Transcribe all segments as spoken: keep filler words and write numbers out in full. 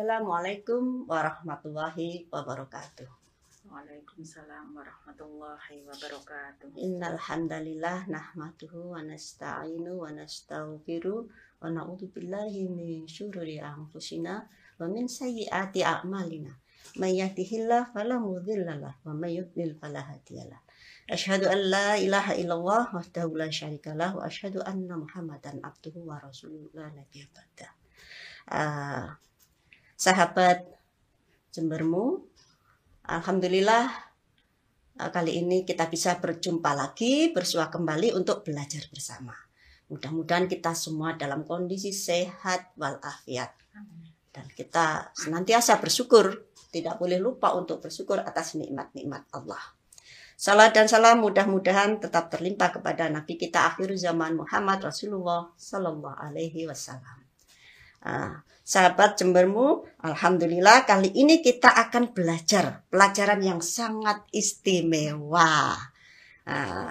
Assalamualaikum warahmatullahi wabarakatuh. Waalaikumsalam warahmatullahi wabarakatuh. Innal hamdalillah nahmaduhu wa nasta'inu wa nastaghfiru wa na'udzu billahi min syururi anfusina wa min sayyiati a'malina. May yahdihillahu fala mudhillalah wa may yudlil fala hadiyalah. Asyhadu an la ilaha illallah wahdahu la syarikalah wa asyhadu anna Muhammadan abduhu wa rasuluhu la nabiyya ba'dah. Uh, sahabat Jembermu, alhamdulillah uh, kali ini kita bisa berjumpa lagi, bersua kembali untuk belajar bersama. Mudah-mudahan kita semua dalam kondisi sehat walafiat dan kita senantiasa bersyukur, tidak boleh lupa untuk bersyukur atas nikmat-nikmat Allah. Salam dan salam mudah-mudahan tetap terlimpah kepada Nabi kita akhir zaman Muhammad Rasulullah Sallallahu Alaihi Wasallam. Uh, sahabat Jembermu, alhamdulillah kali ini kita akan belajar pelajaran yang sangat istimewa. Uh,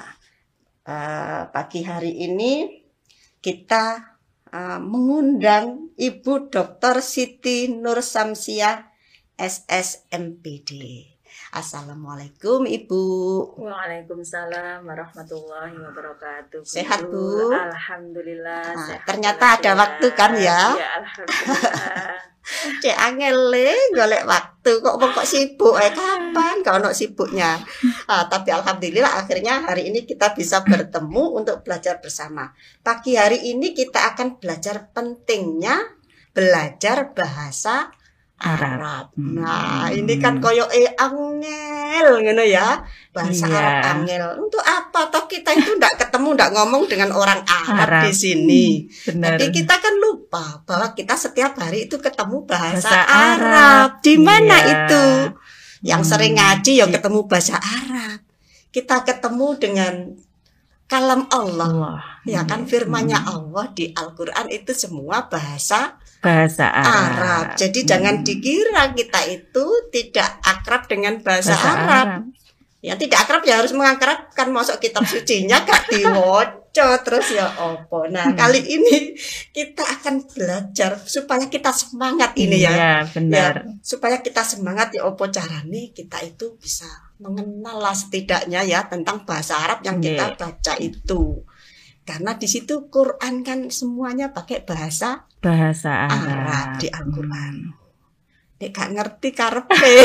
uh, pagi hari ini kita uh, mengundang Ibu Doktor Siti Nur Samsiah S S M P D. Assalamualaikum Ibu. Waalaikumsalam warahmatullahi wabarakatuh. Sehat Bu? Alhamdulillah. Nah, sehat, ternyata ada waktu kan ya? Ya alhamdulillah. Cek angel le golek waktu kok kok sibuk eh kapan kau nok sibuknya. Ah, tapi alhamdulillah akhirnya hari ini kita bisa bertemu untuk belajar bersama. Pagi hari ini kita akan belajar pentingnya belajar bahasa Arab. Arab. Nah, hmm. ini kan koyo e angel ngono ya. Bahasa iya. Arab angel. Untuk apa toh kita itu ndak ketemu, ndak ngomong dengan orang Arab, Arab. di sini. Hmm, tapi kita kan lupa bahwa kita setiap hari itu ketemu bahasa, bahasa Arab. Arab. Di mana iya. itu? Yang hmm. sering ngaji ya ketemu bahasa Arab. Kita ketemu dengan kalam Allah. Allah. Ya kan firman-Nya hmm. Allah di Al-Qur'an itu semua bahasa bahasa Arab. Arab. Jadi hmm. jangan dikira kita itu tidak akrab dengan bahasa, bahasa Arab. Arab. Ya tidak akrab ya harus mengakrabkan, masuk kitab sucinya gak diwoco terus ya opo. Nah, hmm. kali ini kita akan belajar supaya kita semangat ini ya. Iya, benar. Ya, supaya kita semangat ya opo carane kita itu bisa mengenal lah setidaknya ya tentang bahasa Arab yang kita yeah. baca itu. Karena di situ Quran kan semuanya pakai bahasa bahasa Arab, Arab di Al-Qur'an. Nek gak ngerti karepe.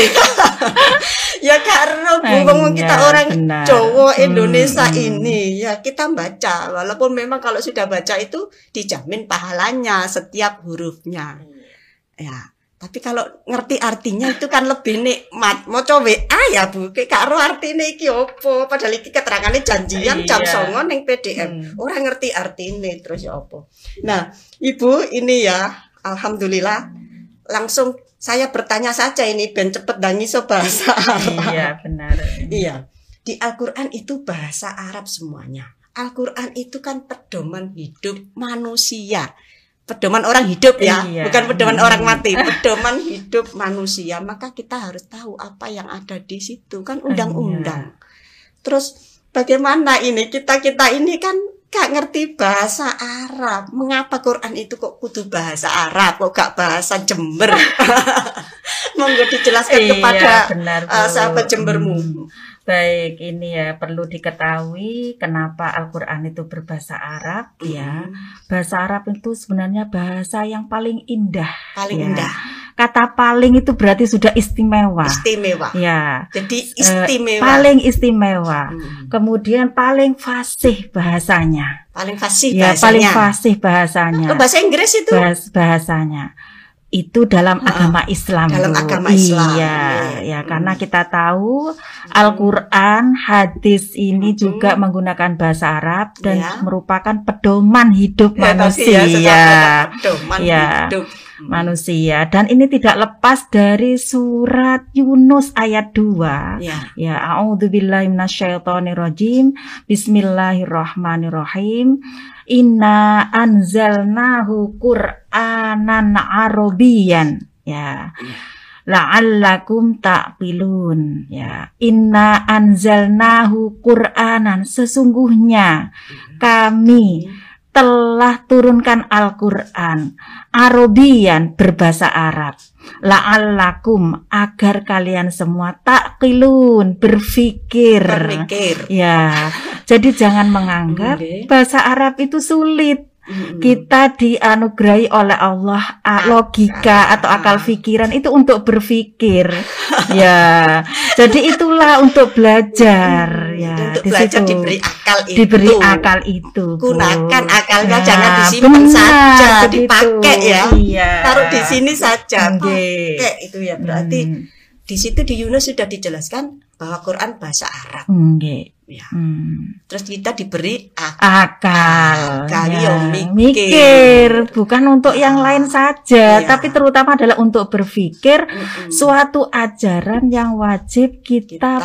Ya karena wong kita orang benar. Jawa Indonesia hmm. ini ya kita baca, walaupun memang kalau sudah baca itu dijamin pahalanya setiap hurufnya. Ya. Tapi kalau ngerti artinya itu kan lebih nikmat. Mau coba W A ya Bu, kayak karo artinya iki opo. Padahal iki keterangannya janjian jam songo neng P D M. Hmm. Orang ngerti artinya terus ya opo. Nah Ibu ini ya, alhamdulillah langsung saya bertanya saja ini ben cepet dan ngiso bahasa Arab. Iya benar. Iya. Di Al-Qur'an itu bahasa Arab semuanya. Al-Qur'an itu kan pedoman hidup manusia. Pedoman orang hidup ya, iya. bukan pedoman hmm. orang mati, pedoman hidup manusia. Maka kita harus tahu apa yang ada di situ, kan undang-undang. Iya. Terus bagaimana ini kita-kita ini kan gak ngerti bahasa Arab. Mengapa Quran itu kok kudu bahasa Arab, kok gak bahasa Jember? Monggo dijelaskan iya, kepada benar, uh, sahabat Jembermu. Hmm. Baik, ini ya perlu diketahui kenapa Al-Qur'an itu berbahasa Arab mm. ya. Bahasa Arab itu sebenarnya bahasa yang paling indah. Paling ya. indah. Kata paling itu berarti sudah istimewa. Istimewa. Ya. Jadi istimewa. Uh, paling istimewa. Mm. Kemudian paling fasih bahasanya. Paling fasih ya, bahasanya. Paling fasih bahasanya. Oh, bahasa Inggris itu? Bahas, bahasanya. Itu dalam uh, agama Islam. Dalam Bu. agama Islam. Iya, ya, ya hmm. karena kita tahu Al-Qur'an, hadis ini hmm. juga menggunakan bahasa Arab dan ya. merupakan pedoman hidup ya, manusia. Ya, pedoman ya, hidup manusia. Dan ini tidak lepas dari surat Yunus ayat dua. Ya, ya a'udzubillahi minasyaitonirrajim. Bismillahirrahmanirrahim. Inna anzalnahu Qur'anan Arabiyyan ya la'allakum ta'qilun ya inna anzalnahu Qur'anan sesungguhnya kami telah turunkan Al-Quran Arabian berbahasa Arab, la'allakum agar kalian semua taqilun berpikir. Berpikir. Ya, jadi jangan menganggap Okay. bahasa Arab itu sulit. Mm-mm. Kita dianugerahi oleh Allah a- logika atau akal pikiran itu untuk berpikir. Ya, jadi itulah untuk belajar. Ya, Untuk di belajar situ. diberi akal itu. Diberi akal itu, Bu. Gunakan akalnya, Ya, jangan disimpan benar, saja, begitu. dipakai ya. Iya. Taruh di sini saja, Nggih. pakai itu ya. Berarti Hmm. di situ di Yunus sudah dijelaskan bahwa Quran bahasa Arab. Nggih. Ya. Hmm. Terus kita diberi akal. Akal, Akal, ya. yo, mikir. mikir, bukan untuk yang Ah, lain saja, iya. tapi terutama adalah untuk berpikir Mm-mm. suatu ajaran yang wajib kita, Kita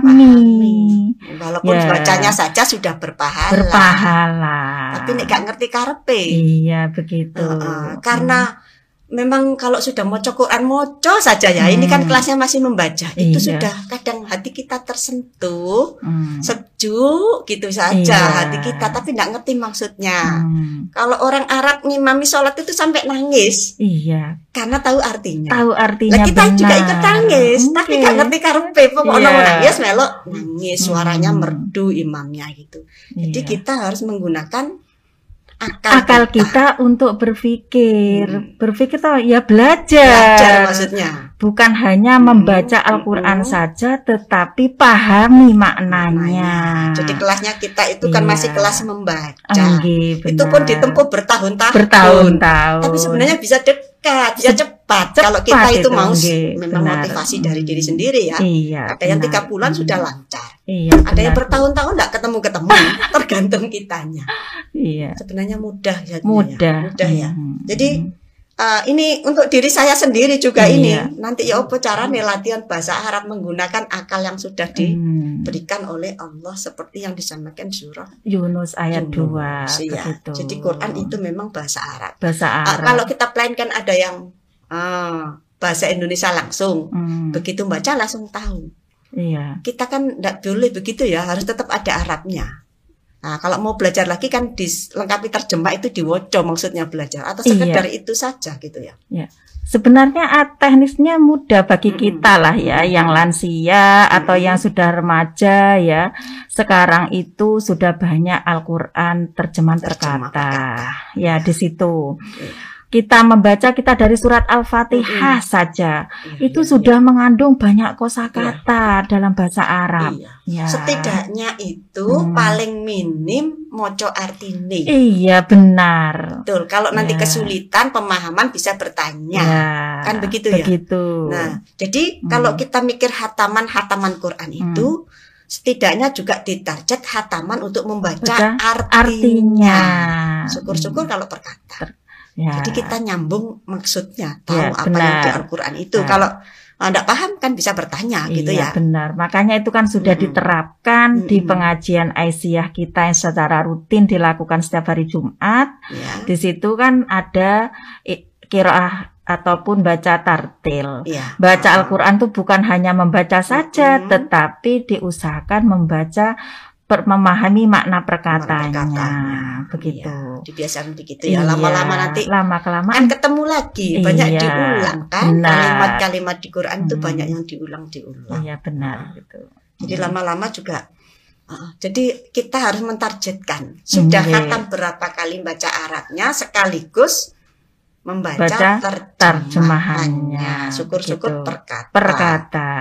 pahami, Walaupun Ya. bacanya saja sudah berpahala. berpahala. Tapi nek gak ngerti karepe. Iya begitu. Heeh, karena memang kalau sudah moco Quran moco saja ya. Ini kan Hmm. kelasnya masih membaca. Itu Iya. sudah kadang hati kita tersentuh, Hmm. sejuk gitu saja Iya. hati kita, tapi nggak ngerti maksudnya. Hmm. Kalau orang Arab ngimami sholat itu sampai nangis Iya, karena tahu artinya. tahu Lah artinya kita benar. juga ikut nangis, tapi Oke. nggak ngerti karepe. Pokoknya Iya. mau nangis, melok nangis, suaranya Hmm. merdu imamnya gitu. Jadi Iya. kita harus menggunakan akal, akal kita untuk berpikir, Hmm. berpikir tuh ya belajar, belajar maksudnya. bukan hanya Hmm, membaca Al-Quran hmm. saja, tetapi pahami maknanya. Jadi kelasnya kita itu kan Iya. masih kelas membaca. Nggih, Itu benar. pun ditempuh bertahun-tahun. bertahun-tahun. Tapi sebenarnya bisa dekat, bisa cepat. Cepat Kalau kita itu itu, mau nggih, memang benar. motivasi dari diri sendiri ya. Iya. Ada yang benar. tiga bulan Hmm. sudah lancar. Iya. Ada yang benar. bertahun-tahun nggak ketemu-ketemu. Tergantung kitanya. Iya. Sebenarnya mudah ya. Mudah. Mudah ya. Hmm. Jadi uh, ini untuk diri saya sendiri juga Iya. ini. Nanti ya apa caranya latihan bahasa Arab menggunakan akal yang sudah Hmm. diberikan oleh Allah seperti yang disampaikan surah Yunus ayat Yunus, dua. ya. begitu. Jadi Quran itu memang bahasa Arab. bahasa Ah, Arab. kalau kita plan kan ada yang ah, bahasa Indonesia langsung, Hmm. begitu baca langsung tahu. Iya. Kita kan tidak boleh begitu ya, harus tetap ada Arabnya. Nah, kalau mau belajar lagi kan dilengkapi terjemah itu diwoco maksudnya belajar atau sekedar itu saja gitu ya. Sebenarnya ah, teknisnya mudah bagi Mm-mm. kita lah ya, yang lansia atau Mm-mm. yang sudah remaja ya. Sekarang itu sudah banyak Al-Quran terjemahan per Terjemah kata. per Ya, di situ. Kita membaca kita dari surat Al-Fatihah Mm-mm. saja. Iya, Itu iya, sudah mengandung banyak kosakata dalam bahasa Arab. iya. Ya. Setidaknya itu Hmm. paling minim moco artine. Iya, benar. Betul. Kalau nanti Ya. kesulitan pemahaman bisa bertanya. Ya. Kan begitu ya? Begitu. Nah, jadi Hmm. kalau kita mikir hataman-hataman Quran itu, setidaknya juga ditarget hataman untuk membaca Baca artinya. artinya. Syukur-syukur kalau perkata. Ya. Jadi kita nyambung maksudnya, tahu Ya, apa benar. yang di Al-Quran itu. Nah. Kalau tidak paham kan bisa bertanya gitu Iya, ya. benar. Makanya itu kan sudah Mm-mm. diterapkan di Mm-mm. pengajian Aisyah kita yang secara rutin dilakukan setiap hari Jumat. Ya. Di situ kan ada i- qiraah ataupun baca tartil. Iya. Baca Ah. Al-Quran itu bukan hanya membaca saja, Mm-mm. tetapi diusahakan membaca, per- memahami makna perkataannya. Perkataannya. Begitu. Iya, dibiasakan begitu ya. Lama-lama Iya, nanti lama-kelamaan kan ketemu lagi, banyak Iya, diulang kan. benar. Kalimat-kalimat di Quran itu Hmm. banyak yang diulang-diulang. iya benar gitu. Jadi lama-lama juga uh, jadi kita harus mentargetkan sudah Nggih. khatam berapa kali baca Arabnya sekaligus membaca Baca terjemahannya. terjemahannya, Syukur-syukur begitu. perkata. Perkata.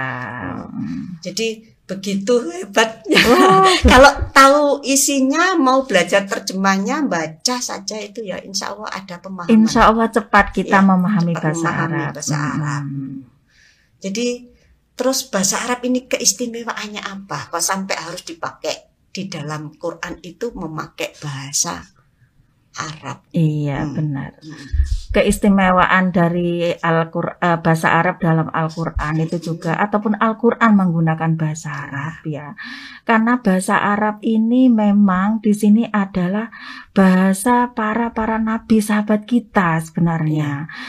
Jadi begitu hebatnya. Oh, Kalau tahu isinya mau belajar terjemahnya baca saja itu ya insya Allah ada pemahaman. Insya Allah cepat kita Iya, memahami cepat bahasa memahami Arab. bahasa Arab. Hmm. Jadi terus bahasa Arab ini keistimewaannya apa? Kok sampai harus dipakai di dalam Quran itu memakai bahasa Arab? Iya Hmm. benar. Hmm. Keistimewaan dari Al-Qur'an eh, bahasa Arab dalam Al-Qur'an itu juga ataupun Al-Qur'an menggunakan bahasa Arab ya. Karena bahasa Arab ini memang di sini adalah bahasa para para nabi sahabat kita sebenarnya.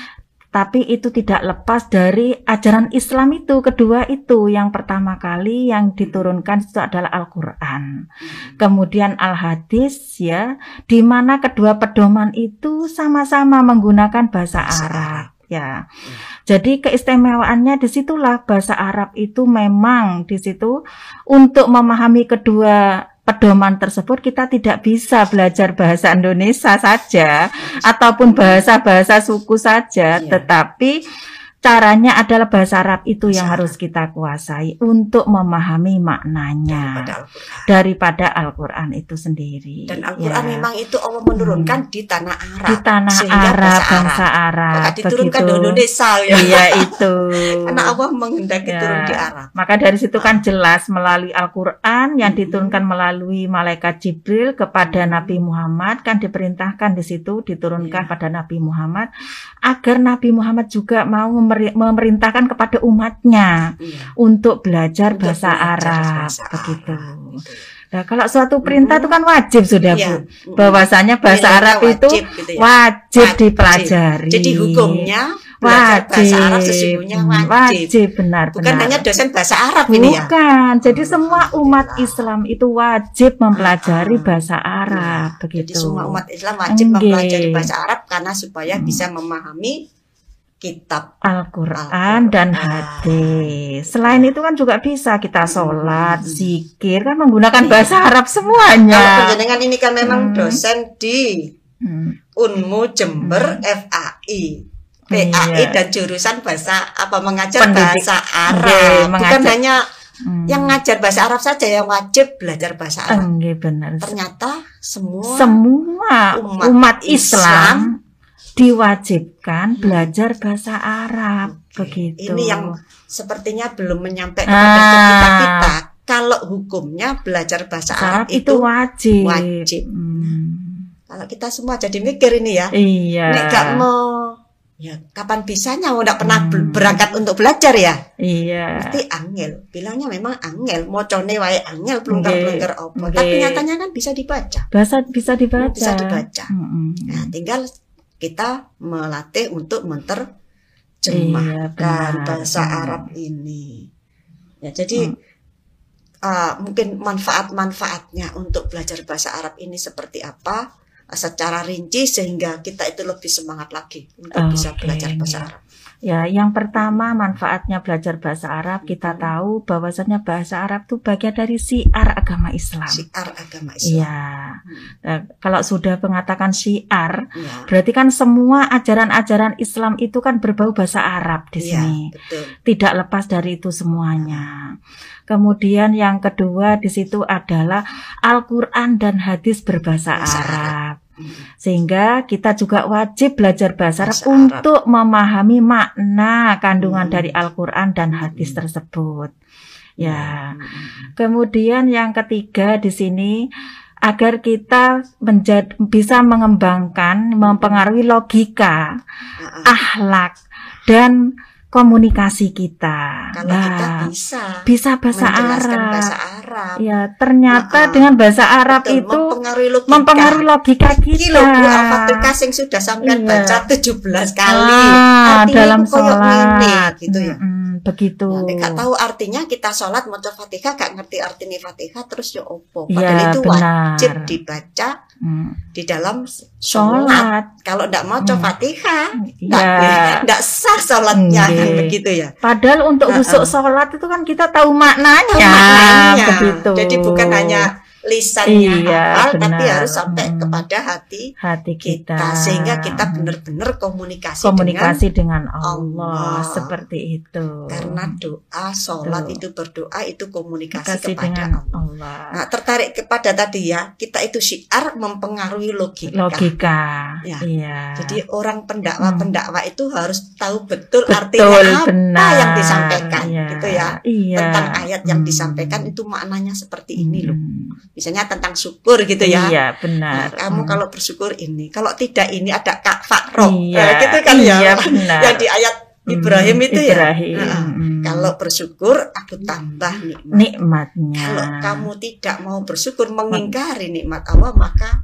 Tapi itu tidak lepas dari ajaran Islam itu. Kedua itu, yang pertama kali yang diturunkan itu adalah Al-Quran. Kemudian Al-Hadis, ya, di mana kedua pedoman itu sama-sama menggunakan bahasa Arab. Ya, jadi keistimewaannya disitulah bahasa Arab itu memang di situ untuk memahami kedua pedoman tersebut kita tidak bisa belajar bahasa Indonesia saja ataupun bahasa-bahasa suku saja, yeah. Tetapi caranya adalah bahasa Arab itu bahasa yang Arab. Harus kita kuasai untuk memahami maknanya daripada Al-Quran itu sendiri. Dan Al-Quran ya. Memang itu Allah menurunkan hmm. di tanah Arab. Di tanah Arab, bangsa Arab. Maka diturunkan di Indonesia ya. Iya itu. Karena Allah menghendaki ya. Turun di Arab. Maka dari situ kan jelas melalui Al-Quran yang diturunkan melalui malaikat Jibril kepada hmm. Nabi Muhammad, kan diperintahkan di situ diturunkan ya. Pada Nabi Muhammad agar Nabi Muhammad juga mau memerintahkan kepada umatnya iya. untuk belajar untuk bahasa belajar Arab bahasa begitu. Arab. Nah, kalau suatu perintah itu kan wajib sudah iya. Bu, bahwasanya bahasa Arab wajib, itu gitu ya. wajib, wajib dipelajari. Jadi hukumnya belajar wajib, bahasa Arab sesungguhnya wajib. Wajib benar. Bukan benar. hanya dosen bahasa Arab Bukan. ini ya. Bukan. Jadi semua umat Islam itu wajib mempelajari ah, bahasa Arab ya. Begitu. Jadi semua umat Islam wajib Engge. mempelajari bahasa Arab karena supaya hmm. bisa memahami kitab Al-Quran Al dan hadis. Selain itu kan juga bisa kita sholat, zikir kan menggunakan iya. bahasa Arab semuanya. Kalau penjenengan ini kan memang hmm. dosen di hmm. Unmu Jember hmm. F A I, P A I iya. dan jurusan bahasa apa mengajar Pendidik. bahasa Arab. Iya, Bukan mengajar. hanya hmm. yang ngajar bahasa Arab saja yang wajib belajar bahasa Arab. Enggak, benar. Ternyata semua semua umat, umat Islam, Islam diwajibkan hmm. belajar bahasa Arab. Oke. Begitu. Ini yang sepertinya belum menyampaikan kepada ah. kita-kita. Kalau hukumnya belajar bahasa Arab, Arab itu, itu wajib. wajib. Hmm. Kalau kita semua jadi mikir ini ya. Iya. Nek gak mau, ya kapan bisanya? Mau gak pernah hmm. berangkat untuk belajar ya? Iya. Berarti angel. Bilangnya memang angel. Mocone wae angel, pelungker-pelungker opo. Tapi nyatanya kan bisa dibaca. Bahasa bisa dibaca. Bisa dibaca. Hmm. Nah, tinggal kita melatih untuk menerjemahkan iya, bahasa hmm. Arab ini. Ya, jadi hmm. uh, mungkin manfaat-manfaatnya untuk belajar bahasa Arab ini seperti apa secara rinci sehingga kita itu lebih semangat lagi untuk okay. bisa belajar bahasa Arab. Ya, yang pertama manfaatnya belajar bahasa Arab, kita tahu bahwasanya bahasa Arab itu bagian dari syiar agama Islam. Syiar agama Islam. Iya. Nah, kalau sudah mengatakan syiar, ya. berarti kan semua ajaran-ajaran Islam itu kan berbau bahasa Arab di sini. Ya, betul. Tidak lepas dari itu semuanya. Kemudian yang kedua di situ adalah Al-Quran dan hadis berbahasa bahasa Arab. Arab. Sehingga kita juga wajib belajar bahasa, bahasa Arab, Arab untuk memahami makna kandungan hmm. dari Al-Quran dan hadis hmm. tersebut. Ya. Hmm. Kemudian yang ketiga di sini agar kita menjadi, bisa mengembangkan, mempengaruhi logika, hmm. akhlak dan komunikasi kita. Kalau nah, kita bisa bisa bahasa Arab. bahasa Arab. Ya, ternyata nah, dengan bahasa Arab betul, itu mempengaruhi logika, mempengaruhi logika kita. Kilo Al-Fatihah sing sudah sampai iya. baca tujuh belas kali. Ah, dalam sholat gitu ya. Hmm, begitu. Nah, gak tahu artinya kita sholat maca Fatihah gak ngerti artinya Fatihah terus ya opo. Padahal ya, itu benar. wajib dibaca hmm. di dalam sholat. Kalau ndak mau hmm. Fatihah, ndak ya. sah sholatnya hmm. kan begitu ya. Padahal untuk busuk sholat itu kan kita tahu maknanya. Tahu maknanya. Begitu. Jadi bukan hanya lisannya iya, hafal, benar. tapi harus sampai hmm. kepada hati hati kita, kita sehingga kita benar-benar komunikasi, komunikasi dengan, dengan Allah, Allah seperti itu. Karena doa, sholat Tuh. itu berdoa itu komunikasi Kasih kepada Allah. Allah. Nah, tertarik kepada tadi ya, kita itu syiar mempengaruhi logika. Logika, ya. Iya. Jadi orang pendakwa-pendakwa hmm. itu harus tahu betul, betul artinya benar. apa yang disampaikan, iya. gitu ya. Iya. Tentang ayat yang hmm. disampaikan itu maknanya seperti hmm. ini loh. Misalnya tentang syukur gitu ya. Iya, benar. Nah, kamu hmm. kalau bersyukur ini, kalau tidak ini ada Kak Fakro. Iya, nah, gitu kan iya, ya. Benar. Yang di ayat Ibrahim hmm, itu Ibrahim. ya. Nah, hmm. Kalau bersyukur aku tambah nikmat. Nikmatnya. Kalau kamu tidak mau bersyukur mengingkari nikmat Allah maka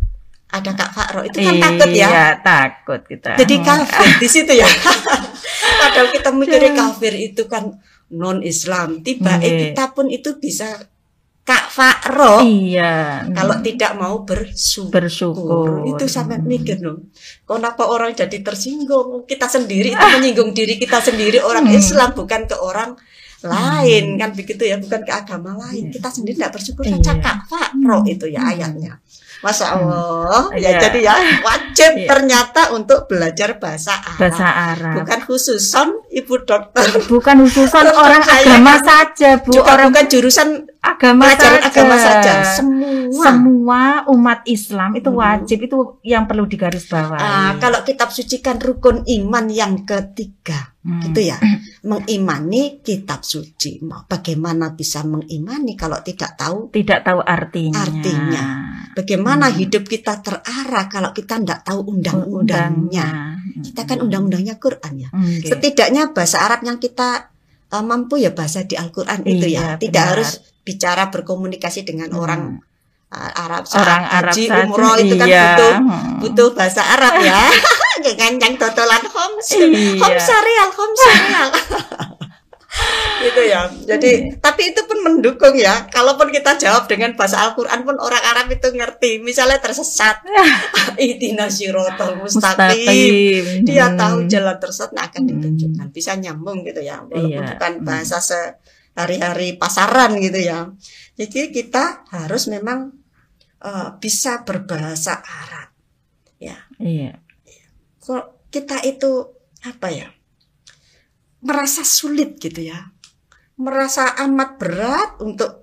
ada Kak Fakro, itu kan takut ya. Iya, takut kita. Jadi kafir di situ ya. Padahal kita mikirnya kafir itu kan non Islam. Tiba eh, kita pun itu bisa Kak Fakro. Iya. Kalau tidak mau bersyukur. Bersyukur. Itu sampai mikir dong. Kenapa orang jadi tersinggung? Kita sendiri itu menyinggung diri kita sendiri, orang Hmm. Islam, bukan ke orang lain, kan begitu ya, bukan ke agama lain. Kita sendiri tidak bersyukur saja. Iya. Kak Fakro itu ya ayatnya. Masya Allah, ya Iya. jadi ya wajib Iya. ternyata untuk belajar bahasa Arab. Bahasa Arab. Bukan khususon ibu dokter, Bukan khususan orang Saya agama kan saja, Bu. juga Orang bukan jurusan agama pelajaran saja. agama saja. Semua. Semua umat Islam itu Hmm. wajib, itu yang perlu digarisbawahi. Ah, kalau kitab suci kan rukun iman yang ketiga, Hmm. gitu ya, mengimani kitab suci. Bagaimana bisa mengimani kalau tidak tahu Tidak tahu artinya. Artinya. bagaimana Hmm. hidup kita terarah kalau kita tidak tahu undang-undangnya. Kita kan undang-undangnya Quran ya. Hmm, oke. Setidaknya bahasa Arab yang kita uh, mampu ya bahasa di Al-Quran itu Iya, ya. Tidak benar. harus bicara berkomunikasi dengan Hmm. orang uh, Arab saat Orang Arab haji saja, umroh itu kan iya. butuh Hmm. butuh bahasa Arab ya. Jangan yang totolan homs, Iya. homs real, homs real. Gitu ya. Jadi tapi itu pun mendukung ya. Kalaupun kita jawab dengan bahasa Al-Quran pun orang Arab itu ngerti. Misalnya tersesat, ihdinas siratal mustaqim. Mustaqim. Dia Hmm. tahu jalan tersesat nah akan Hmm. ditunjukkan. Bisa nyambung gitu ya. Walaupun Iya. bukan Hmm. bahasa sehari-hari pasaran gitu ya. Jadi kita harus memang uh, bisa berbahasa Arab. Ya. Iya. Kok kita itu apa ya? Merasa sulit gitu ya. Merasa amat berat untuk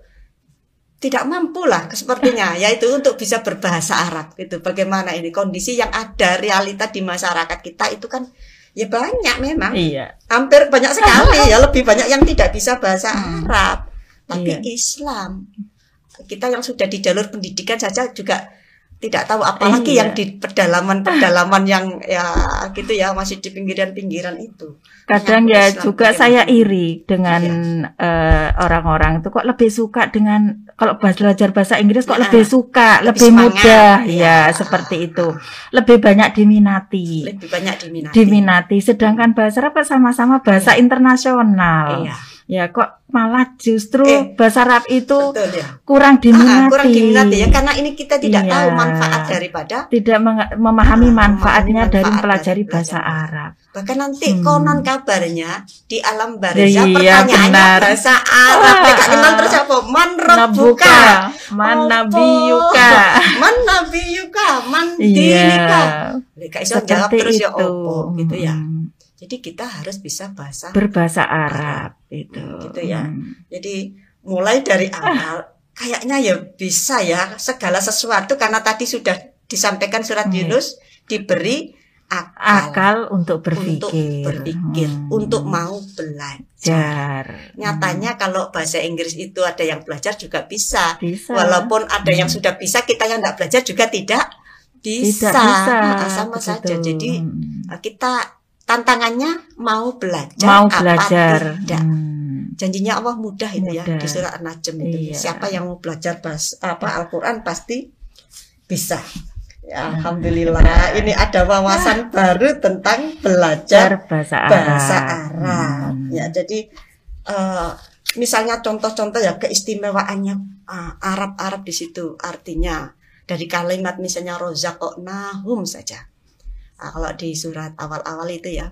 tidak mampu lah sepertinya, yaitu untuk bisa berbahasa Arab gitu. Bagaimana ini kondisi yang ada realita di masyarakat kita itu kan ya banyak memang. Iya. Hampir banyak sekali ya, lebih banyak yang tidak bisa bahasa Hmm. Arab. Tapi Iya. Islam. Kita yang sudah di jalur pendidikan saja juga tidak tahu, apalagi Iya. yang di pedalaman-pedalaman yang ya gitu ya, masih di pinggiran-pinggiran itu. Kadang Menyangkut ya Islam juga bagaimana? saya iri dengan Iya. eh, orang-orang itu kok lebih suka dengan kalau belajar bahasa Inggris kok Nah, lebih suka, lebih lebih, semangat, mudah, iya. ya seperti itu. Lebih banyak diminati, Lebih banyak diminati. diminati. Sedangkan bahasa Arab sama-sama bahasa internasional. Iya, Ya kok malah justru Eh, bahasa Arab itu betul ya. kurang diminati. Ah, kurang diminati ya, karena ini kita tidak Iya. tahu manfaat daripada Tidak meng- memahami Ah, manfaatnya memahami dari manfaat mempelajari dari bahasa belajar. Arab. bahkan nanti Hmm. konon kabarnya di alam barzah Iya, pertanyaannya benar. bahasa Arab. Ah, Lek gak kenal ah. terus apa? Man Nabuka, rabbuka, mana Apa? biyuka. man nabiyuka, man Iya, dinika. Lek gak iso jawab seperti terus ya itu. opo gitu ya. Hmm. Jadi kita harus bisa bahasa. Berbahasa Arab itu. Gitu ya. Hmm. Jadi mulai dari awal kayaknya ya bisa ya segala sesuatu, karena tadi sudah disampaikan surat Hmm. Yunus diberi akal, Akal untuk untuk berpikir, berpikir, Hmm. untuk mau belajar. Jar. Nyatanya kalau bahasa Inggris itu ada yang belajar juga bisa. Bisa. Walaupun ada yang Hmm. sudah bisa, kita yang tidak belajar juga tidak bisa. Tidak bisa. Nah, sama begitu. saja. Jadi Hmm. kita tantangannya mau belajar mau apa belajar. tidak. Hmm. Janjinya Allah mudah itu ya Mudah. di surat An-Najm itu. Iya. Siapa yang mau belajar bahas apa Al-Qur'an pasti bisa. Ya, Nah, alhamdulillah ini ada wawasan baru tentang belajar Belajar bahasa Arab. bahasa Arab. Hmm. Ya, jadi eh, misalnya contoh-contoh ya keistimewaannya eh, Arab-Arab di situ, artinya dari kalimat misalnya rozaqnahum saja. Nah, kalau di surat awal-awal itu ya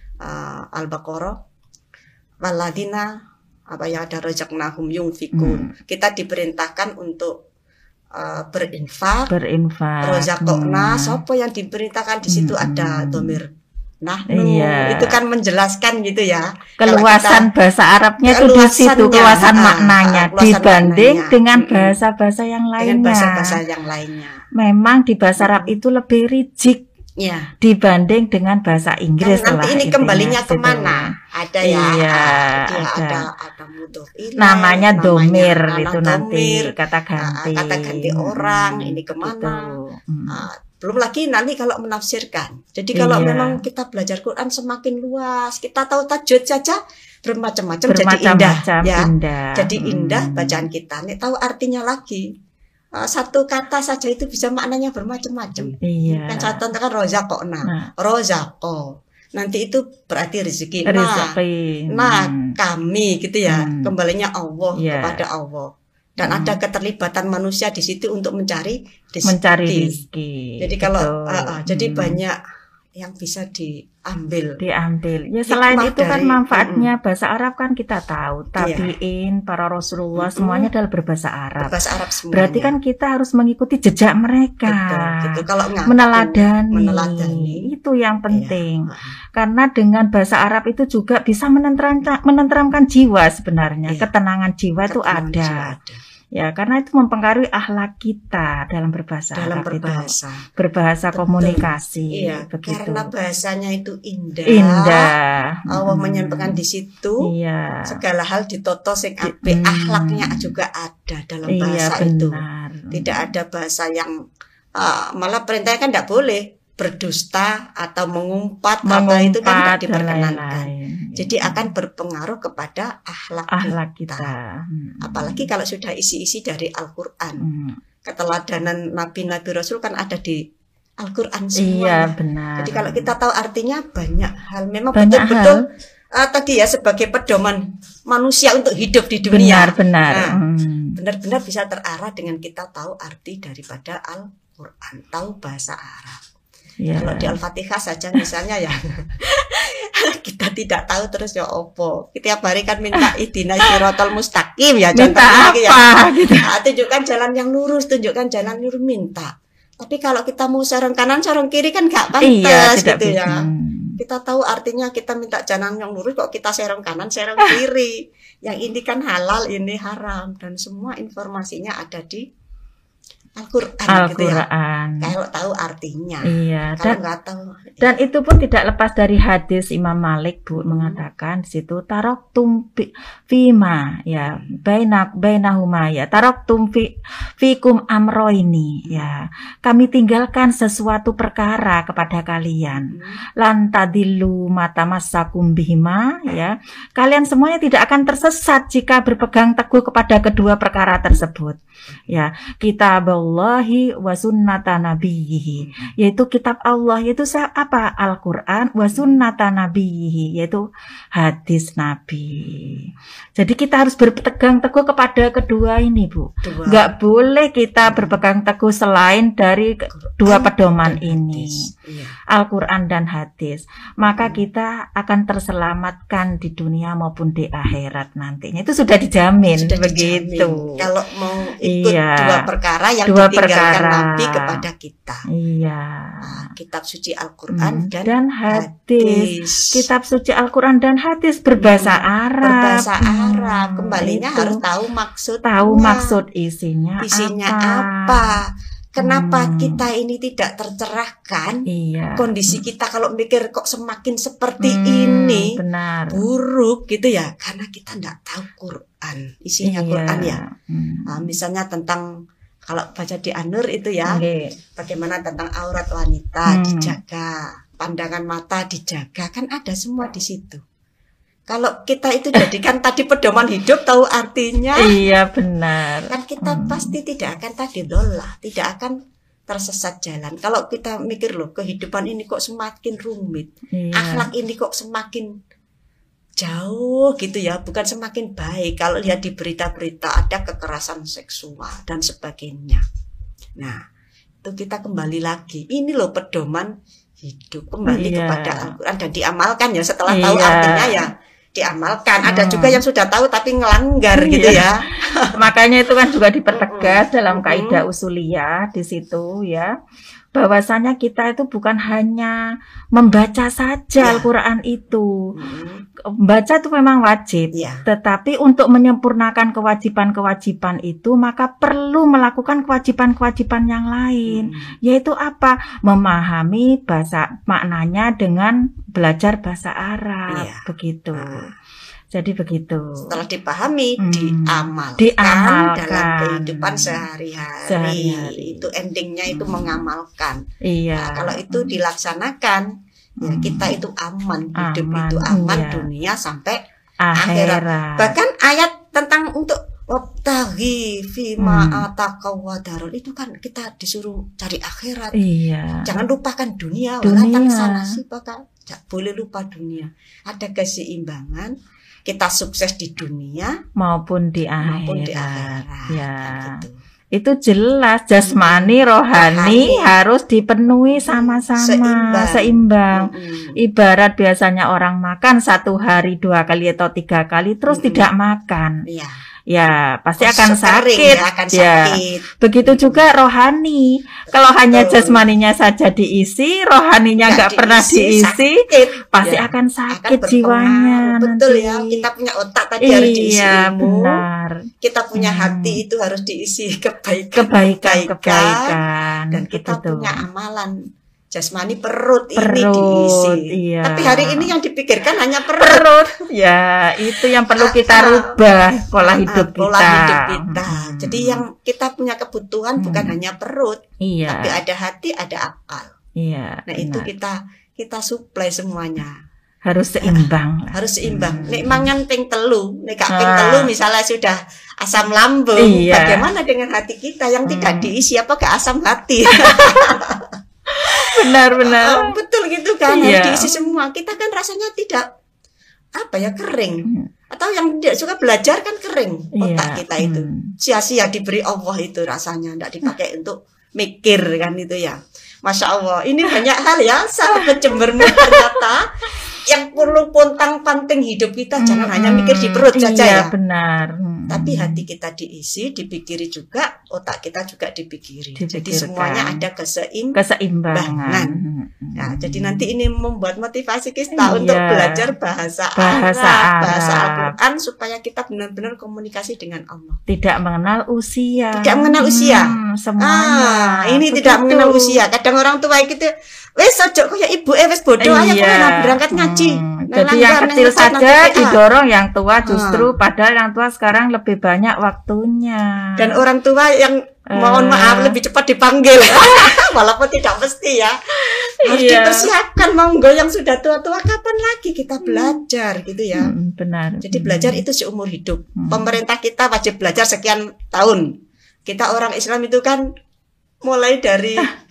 eh, Al-Baqarah, waladina apa yang ada rozaqnahum yunfikun. Kita diperintahkan untuk eh, berinfak. Berinfak. Rozaqna, Hmm. sopo yang diperintahkan di situ Hmm. ada domir nahnu. Iya. Itu kan menjelaskan gitu ya. Kalau Keluasan kita- bahasa Arabnya itu di Keluasannya, situ, keluasan ah, maknanya ah, keluasan dibanding maknanya. dengan Mm-mm. bahasa-bahasa yang dengan lainnya. bahasa-bahasa yang lainnya. Memang di bahasa Arab itu lebih rigid Ya. dibanding dengan bahasa Inggris. Kan nanti lah ini intinya kembalinya gitu. kemana? Ada ya. Iya, ah, dia ada. ada ada mudhof ilaih, Namanya domir namanya itu domir, nanti kata ganti. kata ganti orang, Hmm, ini kemana? gitu. Hmm. Ah, belum lagi nanti kalau menafsirkan. Jadi kalau Iya. memang kita belajar Quran semakin luas, kita tahu tajwid saja bermacam-macam jadi indah Bermacam-macam ya. indah. Jadi indah Hmm. bacaan kita. Nih tahu artinya lagi. uh, satu kata saja itu bisa maknanya bermacam-macam. Iya. Kan saya contohkan rozakona, Nah. rozako. Nanti itu berarti rezeki. Nah, Rezeki. nah Hmm. kami gitu ya, Hmm. kembalinya Allah Iya. kepada Allah. Dan Hmm. ada keterlibatan manusia di situ untuk mencari rezeki. Mencari rezeki. Jadi kalau Betul. uh, uh, jadi Hmm. banyak yang bisa diambil. Diambil. Ya selain Hikmah itu kan dari- manfaatnya bahasa Arab kan kita tahu. Tabiin, para Rasulullah Mm-mm. semuanya adalah berbahasa Arab. Bahasa Arab semuanya. Berarti kan kita harus mengikuti jejak mereka. betul, gitu. Kalau ngaku, Meneladani. meneladani. Itu yang penting. Iya. Karena dengan bahasa Arab itu juga bisa menenteramkan, menenteramkan jiwa sebenarnya. Iya. Ketenangan jiwa itu Ketenangan ada. jiwa ada. Ya, karena itu mempengaruhi akhlak kita dalam berbahasa Dalam Arab itu. berbahasa. Berbahasa Betul. komunikasi. Iya, begitu. karena bahasanya itu indah. Indah. Allah Hmm. menyampaikan di situ Iya. segala hal ditoto sing apik, Hmm. akhlaknya juga ada dalam Iya, bahasa itu. benar. Tidak ada bahasa yang uh, malah perintahnya kan tidak boleh berdusta atau mengumpat, atau itu kan tidak Mengumpat dan diperkenankan. lain-lain. Jadi akan berpengaruh kepada akhlak, akhlak kita. kita. Hmm. Apalagi kalau sudah isi-isi dari Al-Quran. Hmm. Keteladanan Nabi-Nabi Rasul kan ada di Al-Quran Iya, semuanya. benar. Jadi kalau kita tahu artinya banyak hal. Memang Banyak betul-betul uh, tadi ya sebagai pedoman manusia untuk hidup di benar, dunia. benar. Nah, Hmm. Benar-benar bisa terarah dengan kita tahu arti daripada Al-Quran, tahu bahasa Arab. Iya. Kalau di Al-Fatihah saja misalnya ya kita tidak tahu terus ya opo. Tiap hari kan minta ihdina siratal mustaqim ya Minta contohnya ya. apa gitu. Nah, tunjukkan jalan yang lurus, tunjukkan jalan lurus minta. Tapi kalau kita mau sorong kanan, sorong kiri kan gak Iya, pantas tidak gitu bisa. ya. Kita tahu artinya kita minta jalan yang lurus kok kita serong kanan, serong kiri. Yang ini kan halal, ini haram, dan semua informasinya ada di Al-Quran, gitu ya. Al-Quran. Kalau tahu artinya. Iya, Kalau dan nggak tahu, dan itu pun tidak lepas dari hadis Imam Malik, Bu, Hmm. mengatakan di situ taraktum fi- fima ya bainak bainahuma ya taraktum fi fikum amroini ya kami tinggalkan sesuatu perkara kepada kalian hmm, lan tadillu matamassakum bihima ya kalian semuanya tidak akan tersesat jika berpegang teguh kepada kedua perkara tersebut ya kitaballahi wa sunnata nabiyhi yaitu kitab Allah yaitu sa- apa Al-Qur'an wa sunnata nabiyhi yaitu hadis Nabi. Jadi kita harus berpegang teguh kepada kedua ini, Bu. dua Nggak boleh kita berpegang teguh selain dari ke- dua pedoman dan ini. hadis. Iya. Al-Quran dan hadis, maka Hmm. kita akan terselamatkan di dunia maupun di akhirat nantinya. Itu sudah dijamin, Sudah begitu. dijamin. Kalau mau ikut Iya. dua perkara yang Dua ditinggalkan perkara. Nabi kepada kita. Iya. Nah, kitab suci Al-Quran Hmm, dan, dan hadis. hadis. Kitab suci Al-Quran dan hadis berbahasa Arab. Berbahasa Hmm, Arab. Kembalinya itu. harus tahu maksud. Tahu maksud isinya, isinya apa. apa. Kenapa Hmm. kita ini tidak tercerahkan? Iya. Kondisi kita kalau mikir kok semakin seperti Hmm, ini benar. buruk gitu ya, karena kita tidak tahu Quran, isinya Iya. Quran ya. Hmm. Nah, misalnya tentang kalau baca di An-Nur itu ya, Oke. bagaimana tentang aurat wanita Hmm. dijaga, pandangan mata dijaga, kan ada semua di situ. Kalau kita itu jadikan tadi pedoman hidup, tahu artinya, Iya, benar. kan kita Hmm. pasti tidak akan tadi dolah, tidak akan tersesat jalan. Kalau kita mikir loh, kehidupan ini kok semakin rumit, Iya. akhlak ini kok semakin jauh gitu ya, bukan semakin baik. Kalau lihat di berita-berita ada kekerasan seksual dan sebagainya. Nah, itu kita kembali lagi. Ini loh pedoman hidup, kembali Iya. kepada Al-Quran dan diamalkan ya. Setelah tahu Iya. artinya ya diamalkan. Ada Hmm. juga yang sudah tahu tapi ngelanggar gitu Iya. ya. Makanya itu kan juga dipertegas dalam Mm-mm. kaidah usuliyah di situ ya. Bahwasanya kita itu bukan hanya membaca saja Ya. Al-Quran itu. Hmm, Baca itu memang wajib. ya. Tetapi untuk menyempurnakan kewajiban-kewajiban itu maka perlu melakukan kewajiban-kewajiban yang lain. Hmm. Yaitu apa? Memahami bahasa maknanya dengan belajar bahasa Arab. Iya. Begitu. Nah, Jadi begitu. setelah dipahami, Hmm. diamalkan, Diamalkan. dalam kehidupan sehari-hari. Sehari-hari. Itu endingnya itu Hmm. mengamalkan. Iya. Nah, kalau itu dilaksanakan, ya Hmm. kita itu aman, hidup Aman, itu aman iya. dunia sampai akhirat. bahkan ayat tentang untuk wabtaghi Wabtaghi fima Hmm. ataka wadarul, itu kan kita disuruh cari akhirat. Iya. Jangan lupakan dunia. Dunia. Walatan sana sih bakal jangan boleh lupa dunia. Ada keseimbangan. Kita sukses di dunia Maupun di maupun di akhirat. akhirat. Ya. Kan gitu. Itu jelas jasmani, rohani Rohani. harus dipenuhi sama-sama, Seimbang. seimbang. Mm-mm. Ibarat biasanya orang makan satu hari dua kali atau tiga kali terus Mm-mm. tidak makan, Iya. ya pasti Oh, akan sering sakit. ya, akan Ya. sakit. Begitu juga rohani. Kalau hanya Betul. jasmaninya saja diisi, rohaninya Nggak nggak pernah diisi, diisi, sakit. pasti Ya, akan akan sakit berpengaruh. jiwanya Betul nanti. ya, kita punya otak tadi harus diisi Iya, ilmu. benar. Kita punya Hmm. hati itu harus diisi kebaikan, Kebaikan, kebaikan. kebaikan. Dan Gitu kita tuh. punya amalan jasmani, perut, ini Perut, diisi. iya. Tapi hari ini yang dipikirkan hanya perut. Perut, ya itu yang perlu kita Ah, ah. rubah pola Ah, hidup pola kita. hidup kita. Hmm. Jadi yang kita punya kebutuhan bukan Hmm. hanya perut, Iya, tapi ada hati, ada akal. iya. Nah, itu benar. kita kita supply semuanya. Harus seimbang lah. Harus seimbang. Hmm. Nek mangan ping telu, nek gak ping Ah. telu misalnya sudah asam lambung, Iya. bagaimana dengan hati kita yang tidak Hmm. diisi, apa gak asam hati? Benar-benar. Oh, betul gitu kan, Iya. harus diisi semua. Kita kan rasanya tidak apa ya, kering. Hmm. Atau yang tidak suka belajar kan kering otak Iya. kita itu. Hmm. Sia-sia diberi Allah itu rasanya, tidak dipakai untuk mikir kan itu ya. Masya Allah, ini banyak hal ya sahabat Jembermu ternyata yang perlu pontang-panting hidup kita. Jangan Hmm. hanya mikir di perut saja Iya, ya. benar. Hmm. Tapi hati kita diisi, dipikiri juga, otak kita juga dipikiri. Jadi Dipikirkan. semuanya ada keseimbangan. Keseimbangan. Nah, jadi nanti ini membuat motivasi kita Iya. untuk belajar bahasa, Bahasa Arab, bahasa Arab. Al-Quran supaya kita benar-benar komunikasi dengan Allah. Tidak mengenal usia. Tidak mengenal usia. Hmm, semuanya. Ah, ini Begitu. tidak mengenal usia. Kadang orang tua gitu, wes ojo kaya ibu eh wes bodoh aja Iya. kowe nak berangkat ngaji. Hmm. Nang Jadi yang langgar, nang kecil ngepat, nang saja T P A. didorong yang tua justru padahal yang tua sekarang lebih banyak waktunya. Dan orang tua yang mohon Eh. maaf lebih cepat dipanggil. Walaupun tidak mesti ya. Harus Iya. dipersiapkan, monggo yang sudah tua-tua kapan lagi kita belajar gitu ya. Hmm, benar. Jadi belajar itu seumur hidup. Hmm. Pemerintah kita wajib belajar sekian tahun. Kita orang Islam itu kan mulai dari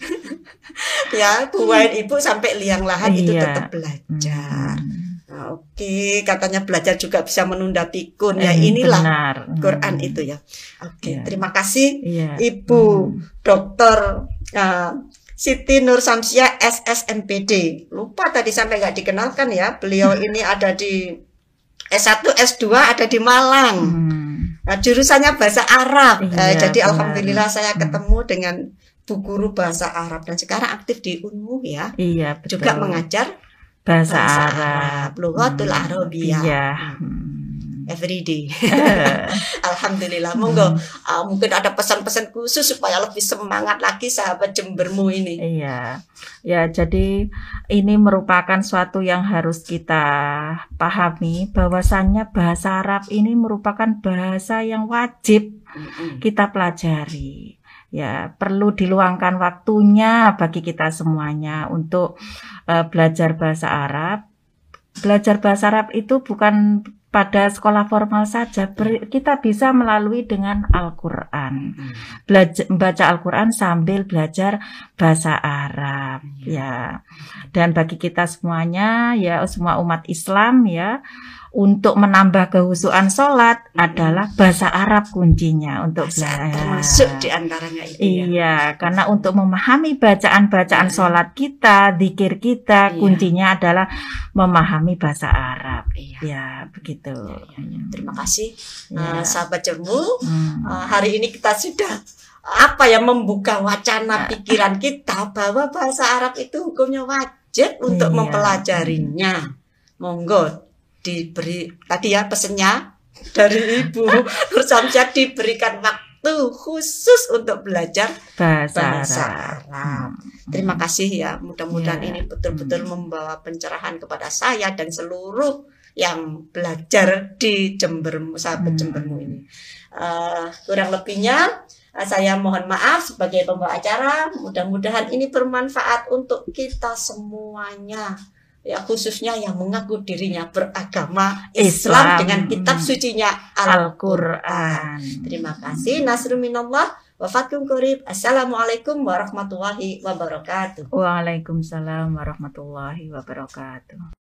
ya buain ibu sampai liang lahat itu Iya. tetap belajar. Hmm. Nah, Oke, katanya belajar juga bisa menunda pikun ya. Eh, Inilah benar. Quran Hmm. itu ya. Oke, Iya. terima kasih Iya. Ibu Hmm. Dokter uh, Siti Nur Samsiah S S M P D. Lupa tadi sampai nggak dikenalkan ya. Beliau ini ada di S satu, S dua ada di Malang. Hmm. Nah, jurusannya bahasa Arab. Iya, Eh, jadi benar. alhamdulillah saya Hmm. ketemu dengan Bu Guru bahasa Arab dan sekarang aktif di Unmu ya. Iya, betul. Juga mengajar bahasa, bahasa Arab. Arab, Lughatul Hmm. Arabiyah. Iya. Hmm. Hmm. Everyday. Eh, Alhamdulillah. Monggo uh, mungkin ada pesan-pesan khusus supaya lebih semangat lagi sahabat Jembermu ini. Iya, ya jadi ini merupakan suatu yang harus kita pahami bahwasannya bahasa Arab ini merupakan bahasa yang wajib Mm-mm. kita pelajari. Ya, perlu diluangkan waktunya bagi kita semuanya untuk eh, belajar bahasa Arab. Belajar bahasa Arab itu bukan pada sekolah formal saja, ber- kita bisa melalui dengan Al-Quran. Belajar membaca Al-Quran sambil belajar bahasa Arab, ya. Dan bagi kita semuanya, ya semua umat Islam, ya, untuk menambah kehusuan sholat adalah bahasa Arab kuncinya untuk Bahasa belajar. termasuk di antaranya itu ya. Iya, karena untuk memahami bacaan-bacaan sholat kita, zikir kita, Iya. kuncinya adalah memahami bahasa Arab. Iya. Ya, begitu. Terima kasih Ya. uh, sahabat Jermu. Hmm. Uh, hari ini kita sudah apa ya membuka wacana pikiran kita bahwa bahasa Arab itu hukumnya wajib untuk Iya. mempelajarinya. Monggo diberi tadi ya pesennya dari Ibu Nur Samsiah, diberikan waktu khusus untuk belajar Bahasa, bahasa Arab. Arab. Terima kasih ya, mudah-mudahan Ya. ini betul-betul membawa pencerahan kepada saya dan seluruh yang belajar di Jembermu, sahabat Hmm. Jembermu ini. Eh, kurang lebihnya eh, saya mohon maaf sebagai pembawa acara. Mudah-mudahan ini bermanfaat untuk kita semuanya. ya khususnya yang mengaku dirinya beragama Islam, Islam. dengan kitab sucinya Al-Quran. Terima kasih. Nasrul minallah wa fathun qarib. Assalamualaikum warahmatullahi wabarakatuh. Waalaikumsalam warahmatullahi wabarakatuh.